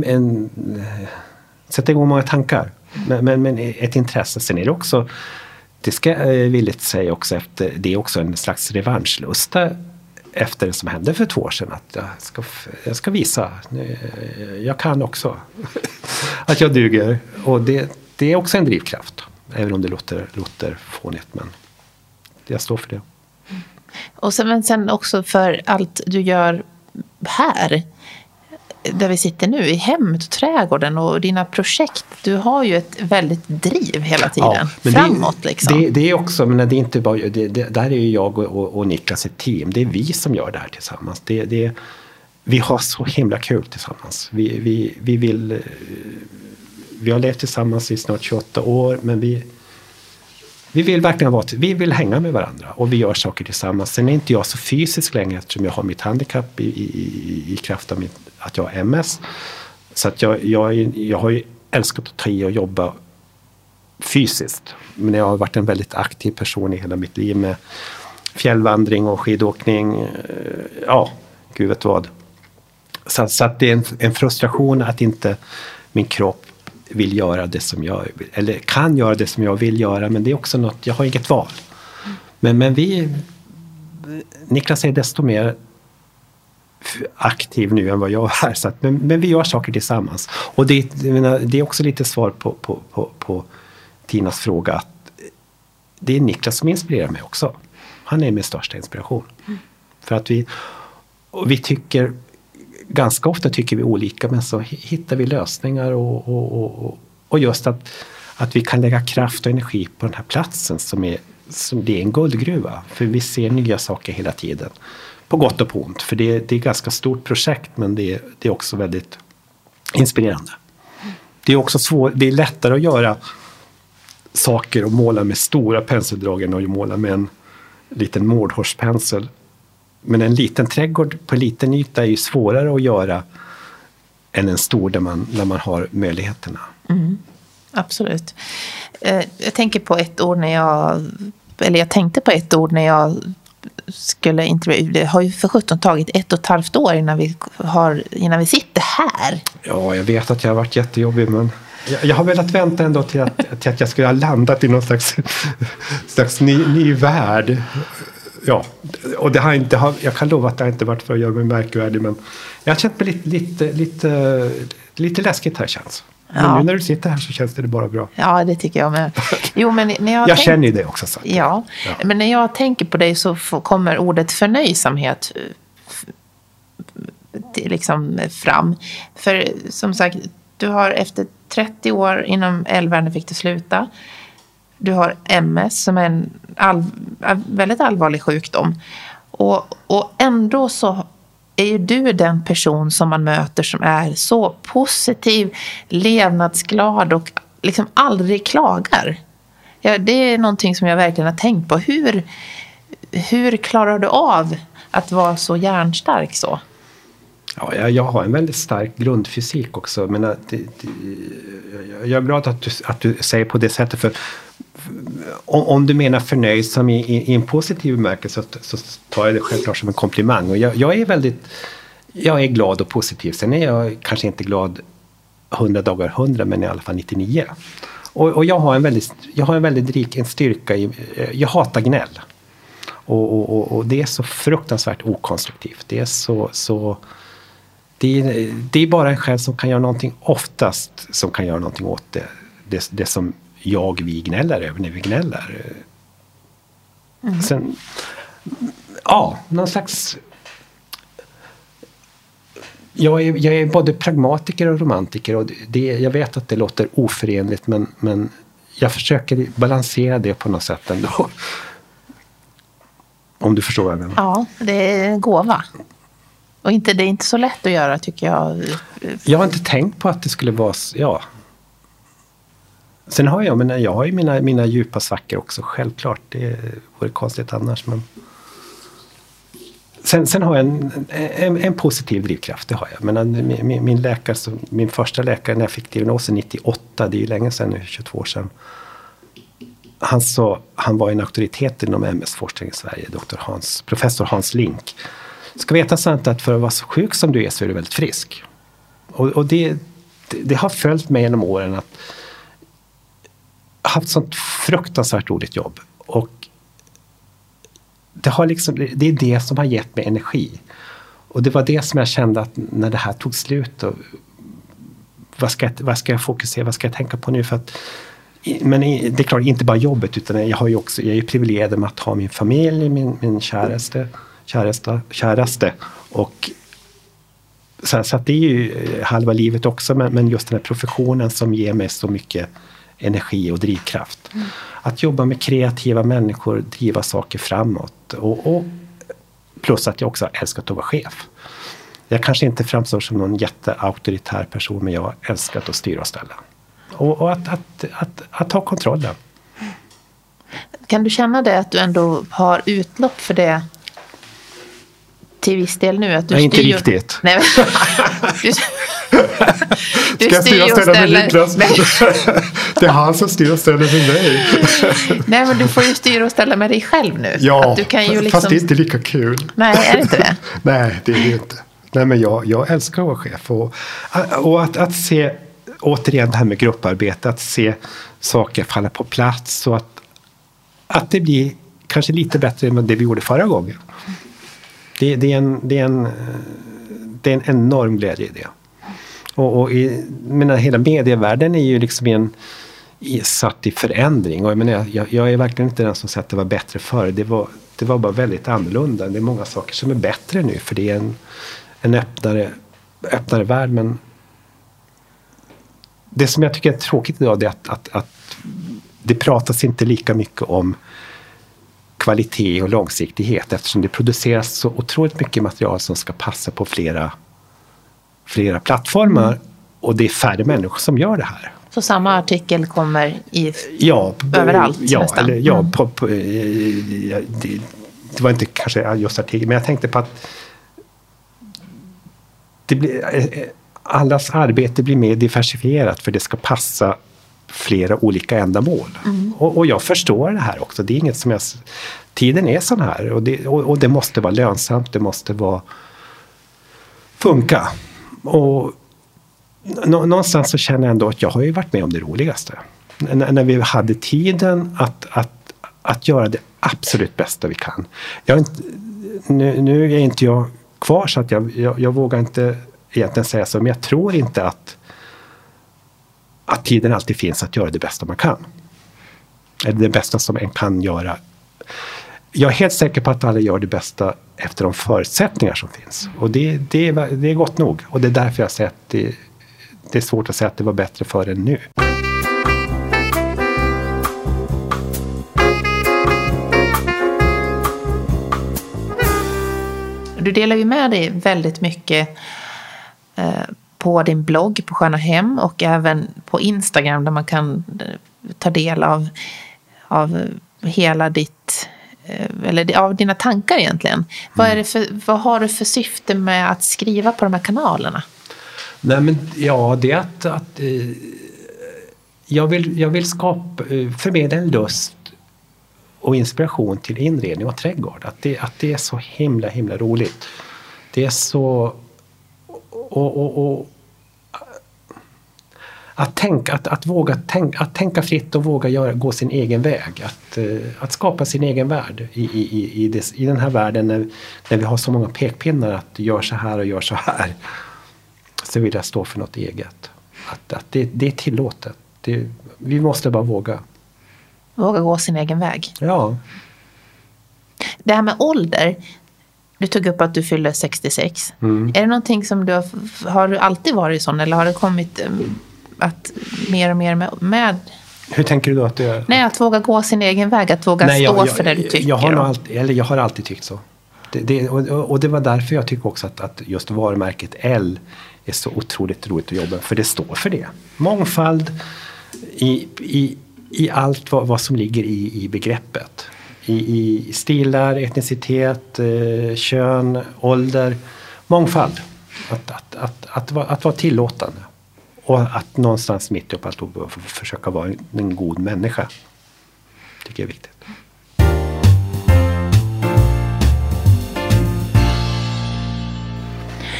Speaker 2: sätter igång många tankar, men ett intresse. Sen är det också det ska jag villigt säga också, efter det är också en slags revanschlusta efter det som hände för 2 år sedan, att jag ska visa, jag kan också att jag duger, och det är också en drivkraft, även om det låter fånigt, men jag står för det.
Speaker 1: Och sen också för allt du gör här, där vi sitter nu, i hemmet och trädgården och dina projekt. Du har ju ett väldigt driv hela tiden, framåt liksom.
Speaker 2: Det är också, men det är inte bara, där är ju jag och Niklas ett team. Det är vi som gör det här tillsammans. Vi har så himla kul tillsammans. Vi har levt tillsammans i snart 28 år, men vi vill verkligen vi vill hänga med varandra, och vi gör saker tillsammans. Sen är inte jag så fysisk längre, eftersom jag har mitt handikapp i kraft av att jag har MS. Så att jag har ju älskat att ta i och jobba fysiskt. Men jag har varit en väldigt aktiv person i hela mitt liv med fjällvandring och skidåkning. Ja, gud vet vad. Så att det är en frustration att inte min kropp vill göra det som jag vill, eller kan göra det som jag vill göra, men det är också något, jag har inget val. Men Niklas är desto mer aktiv nu än vad jag är, så att, men vi gör saker tillsammans, och det är också lite svar på Tinas fråga, att det är Niklas som inspirerar mig också. Han är min största inspiration. För att vi tycker, ganska ofta tycker vi olika, men så hittar vi lösningar, och just att vi kan lägga kraft och energi på den här platsen som det är en guldgruva, för vi ser nya saker hela tiden, på gott och på ont, för det är ett ganska stort projekt, men det är också väldigt inspirerande. Det är också det är lättare att göra saker och måla med stora penseldrag än att måla med en liten mårdhårspensel. Men en liten trädgård på en liten yta är ju svårare att göra än en stor där man har möjligheterna.
Speaker 1: Absolut. Jag tänker på ett ord jag tänkte på ett ord när jag skulle intervjua. Det har ju för 17 tagit 1,5 år innan vi sitter här. Ja,
Speaker 2: jag vet att jag har varit jättejobbig, men jag har velat vänta ändå till att jag skulle ha landat i någon slags ny värld. Ja, och jag kan lova att det har inte varit för att göra mig märkvärdig, men jag har känt mig lite läskigt här, känns. Men nu när du sitter här så känns det bara bra.
Speaker 1: Ja, det tycker jag med. Jo, men när
Speaker 2: jag känner ju det också. Så.
Speaker 1: Ja, men när jag tänker på dig så kommer ordet förnöjsamhet liksom fram. För som sagt, du har efter 30 år inom älvvärden fick du sluta. Du har MS som är en väldigt allvarlig sjukdom. Och ändå så är ju du den person som man möter som är så positiv, levnadsglad och liksom aldrig klagar. Ja, det är någonting som jag verkligen har tänkt på. Hur klarar du av att vara så hjärnstark så?
Speaker 2: Ja, jag har en väldigt stark grundfysik också. Men jag är glad att du säger på det sättet. För om du menar förnöjsam i en positiv bemärkelse så tar jag det självklart som en komplimang. Och jag är glad och positiv. Sen är jag kanske inte glad 100 dagar 100, men i alla fall 99. Och jag har en väldigt rik styrka jag hatar gnäll. Och det är så fruktansvärt okonstruktivt. Det är så det är bara en själv som kan göra någonting, oftast som kan göra någonting åt det som vi gnäller över när vi gnäller. Sen, någon slags... Jag är både pragmatiker och romantiker, och jag vet att det låter oförenligt, men jag försöker balansera det på något sätt ändå. Om du förstår vad jag menar.
Speaker 1: Ja, det är en gåva. Och det är inte så lätt att göra, tycker jag.
Speaker 2: Jag har inte tänkt på att det skulle vara... Ja. Sen har jag har ju mina djupa svackor också, självklart. Det vore konstigt annars, men... Sen har jag en positiv drivkraft, det har jag. Men min första läkare, när jag fick diagnosen 98, det är ju länge sedan nu, 22 år sedan. Han var en auktoritet inom MS-forskning i Sverige, professor Hans Link. Ska veta sant att för att vara så sjuk som du är så är du väldigt frisk. Och det har följt mig genom åren att haft sånt fruktansvärt roligt jobb. Och det är det som har gett mig energi. Och det var det som jag kände att när det här tog slut, och vad ska jag fokusera, vad ska jag tänka på nu? För att, men det är klart, inte bara jobbet, utan jag är ju privilegierad med att ha min familj, min käraste. Och så att det är ju halva livet också, men just den här professionen som ger mig så mycket energi och drivkraft. Att jobba med kreativa människor, driva saker framåt. Och plus att jag också älskar att vara chef. Jag kanske inte framstår som någon jätteauktoritär person, men jag har älskat att styra och ställa. Och att ta kontrollen.
Speaker 1: Kan du känna det att du ändå har utlopp för det till viss del nu? Att du
Speaker 2: nej, inte riktigt.
Speaker 1: Nej, du
Speaker 2: ska jag styra och ställa med Niklas? Det är han som styr och ställer med mig.
Speaker 1: Nej, men du får ju styra och ställa med dig själv nu.
Speaker 2: Ja,
Speaker 1: att du kan ju
Speaker 2: fast det är inte lika kul.
Speaker 1: Nej, är det inte det?
Speaker 2: Nej, det är det inte. Nej, men jag älskar att vara chef. Och att se, återigen det här med grupparbete, att se saker falla på plats, så att det blir kanske lite bättre än det vi gjorde förra gången. Det är en enorm glädje i det. Och hela medievärlden är ju liksom satt i förändring. Och jag är verkligen inte den som säger att det var bättre förr. Det var bara väldigt annorlunda. Det är många saker som är bättre nu, för det är en öppnare värld. Men det som jag tycker är tråkigt idag är att det pratas inte lika mycket om kvalitet och långsiktighet, eftersom det produceras så otroligt mycket material som ska passa på flera plattformar, och det är färre människor som gör det här.
Speaker 1: Så samma artikel kommer överallt nästan?
Speaker 2: Det var inte kanske just artikel, men jag tänkte på att allas arbete blir mer diversifierat, för det ska passa flera olika ändamål. Och jag förstår det här också. Det är inget som tiden är sån här, och det måste vara lönsamt, det måste funka. Och någonstans så känner jag ändå att jag har ju varit med om det roligaste. När vi hade tiden att göra det absolut bästa vi kan. Nu är inte jag kvar, så att jag vågar inte egentligen säga så, men jag tror inte att tiden alltid finns att göra det bästa man kan. Eller det bästa som en kan göra. Jag är helt säker på att alla gör det bästa efter de förutsättningar som finns. Och det är gott nog. Och det är därför jag säger att det är svårt att säga att det var bättre förr än nu.
Speaker 1: Du delar ju med dig väldigt mycket på din blogg på Sköna Hem, och även på Instagram, där man kan ta del av hela av dina tankar egentligen. Vad har du för syfte med att skriva på de här kanalerna?
Speaker 2: Nej, men det är att jag vill förmedla en lust och inspiration till inredning och trädgård. Att det är så himla roligt. Det är så och att våga tänka fritt och våga gå sin egen väg, att skapa sin egen värld i den här världen, när vi har så många pekpinnar, att gör så här och gör så här, så vill jag stå för något eget, att det är tillåtet. Vi måste bara våga
Speaker 1: gå sin egen väg.
Speaker 2: Ja.
Speaker 1: Det här med ålder, du tog upp att du fyller 66. Är det någonting som har du alltid varit sån, eller har det kommit att mer och mer med?
Speaker 2: Hur tänker du då att du gör?
Speaker 1: Nej, att våga gå sin egen väg, att våga stå för det du tycker.
Speaker 2: Jag har alltid tyckt så. Och det var därför jag tycker också att just varumärket L är så otroligt roligt att jobba, för det står för det. Mångfald i allt vad som ligger i begreppet. I stilar, etnicitet, kön, ålder, mångfald. Att vara tillåtande. Och att någonstans mitt upp allt försöka vara en god människa. Tycker jag är viktigt.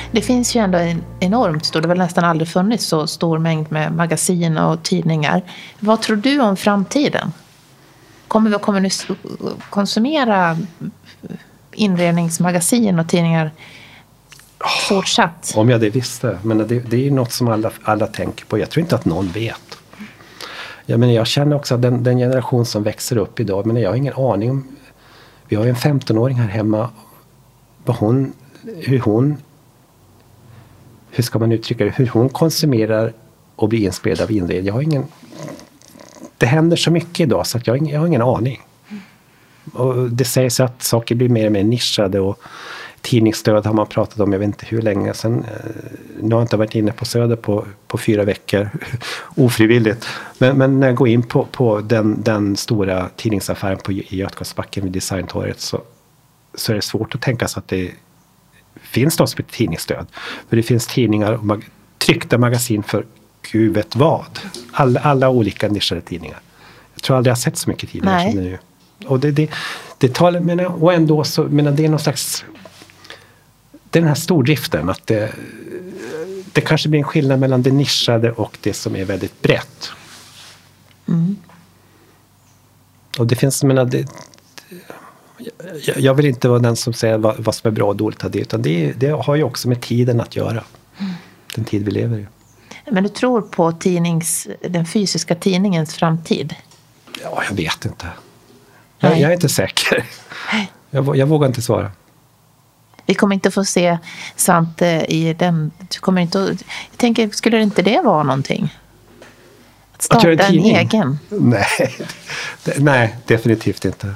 Speaker 1: Det finns ju ändå en enormt stor, det har väl nästan aldrig funnits så stor mängd med magasin och tidningar. Vad tror du om framtiden? Kommer ni konsumera inredningsmagasin och tidningar fortsatt?
Speaker 2: Om jag det visste. Men det är ju något som alla tänker på. Jag tror inte att någon vet. Jag känner också att den generation som växer upp idag, men jag har ingen aning om. Vi har ju en 15-åring här hemma. Hur ska man uttrycka det? Hur hon konsumerar och blir inspirerad av inredning. Det händer så mycket idag så att jag har ingen aning. Och det sägs att saker blir mer och mer nischade och tidningsstöd har man pratat om, jag vet inte hur länge sedan. Nu har jag inte varit inne på Söder på 4 veckor ofrivilligt. Men när jag går in på den stora tidningsaffären i Götgatsbacken vid Designtorget så är det svårt att tänka sig att det finns något som heter tidningsstöd. För det finns tidningar och tryckta magasin för gud vet vad. Alla olika nischade tidningar. Jag tror aldrig jag har sett så mycket tidningar som det nu. Och det talar, och ändå så, det är någon slags, det är den här stordriften att det kanske blir en skillnad mellan det nischade och det som är väldigt brett.
Speaker 1: Mm.
Speaker 2: Och det finns, jag vill inte vara den som säger vad som är bra och dåligt av det, utan det har ju också med tiden att göra. Den tid vi lever i. Men
Speaker 1: du tror på den fysiska tidningens framtid?
Speaker 2: Ja, jag vet inte. Jag är inte säker. Jag vågar inte svara.
Speaker 1: Vi kommer inte få se Svante i den. Du kommer inte. Jag tänker, skulle inte det vara någonting? Att starta en egen?
Speaker 2: Nej, definitivt inte.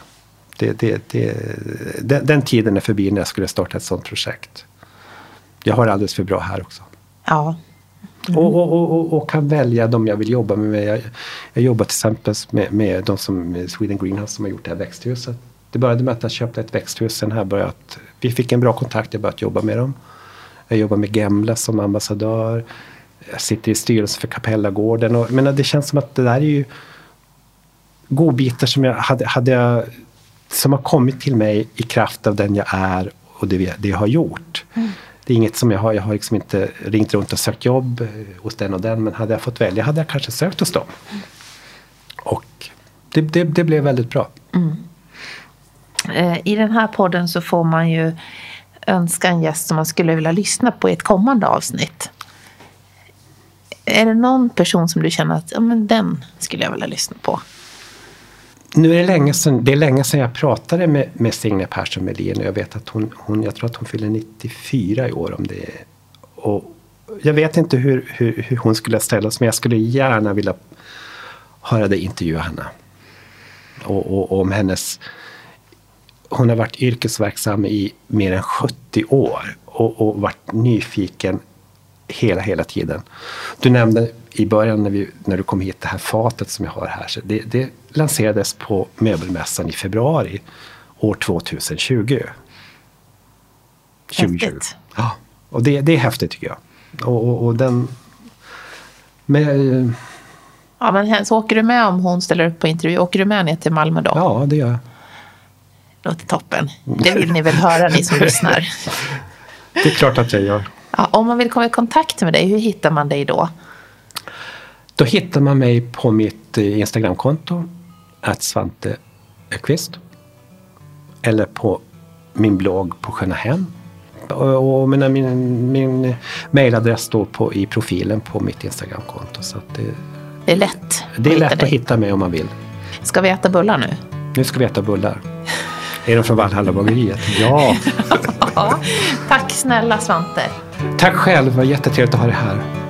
Speaker 2: Den tiden är förbi när jag skulle starta ett sådant projekt. Jag har det alldeles för bra här också.
Speaker 1: Ja.
Speaker 2: Mm. Och kan välja de jag vill jobba med. Jag jobbar till exempel med de som Sweden Greenhouse som har gjort det här växthuset. Det började med att jag köpte ett växthus. Sen vi fick en bra kontakt, jag började jobba med dem. Jag jobbar med Gemla som ambassadör. Jag sitter i styrelsen för Kapellagården. Men det känns som att det där är ju godbitar som jag hade som har kommit till mig i kraft av den jag är och det jag har gjort. Mm. Det är inget som jag har liksom inte ringt runt och sökt jobb hos den och den, men hade jag fått välja hade jag kanske sökt hos dem. Och det blev väldigt bra.
Speaker 1: Mm. I den här podden så får man ju önska en gäst som man skulle vilja lyssna på i ett kommande avsnitt. Är det någon person som du känner att den skulle jag vilja lyssna på?
Speaker 2: Nu är det länge sedan jag pratade med Signe Persson Melin och jag vet att jag tror att hon fyller 94 i år om det. Och jag vet inte hur hon skulle ställas, men jag skulle gärna vilja höra dig intervjua henne. Och om hennes. Hon har varit yrkesverksam i mer än 70 år och varit nyfiken hela tiden. Du nämnde i början när du kom hit det här fatet som jag har här. Så det lanserades på möbelmässan i februari år 2020.
Speaker 1: Häftigt.
Speaker 2: Ja, och det är häftigt tycker jag. Och den. Men,
Speaker 1: ja, men så åker du med om hon ställer upp på intervju? Åker du med ner till Malmö då?
Speaker 2: Ja, det gör jag.
Speaker 1: Låter toppen. Det vill ni väl höra, ni som lyssnar?
Speaker 2: Det är klart att jag gör.
Speaker 1: Ja, om man vill komma i kontakt med dig, hur hittar man dig då?
Speaker 2: Då hittar man mig på mitt Instagramkonto @Svante Öqvist. Eller på min blogg på Sköna Hem. Och min mailadress står i profilen på mitt Instagramkonto. Så att
Speaker 1: det är lätt.
Speaker 2: Det är lätt att hitta mig om man vill.
Speaker 1: Ska vi äta bullar nu?
Speaker 2: Nu ska vi äta bullar. Är de från Valhalla bageriet? Ja.
Speaker 1: Tack snälla Svante.
Speaker 2: Tack själv, det var jättetrevligt att ha det här.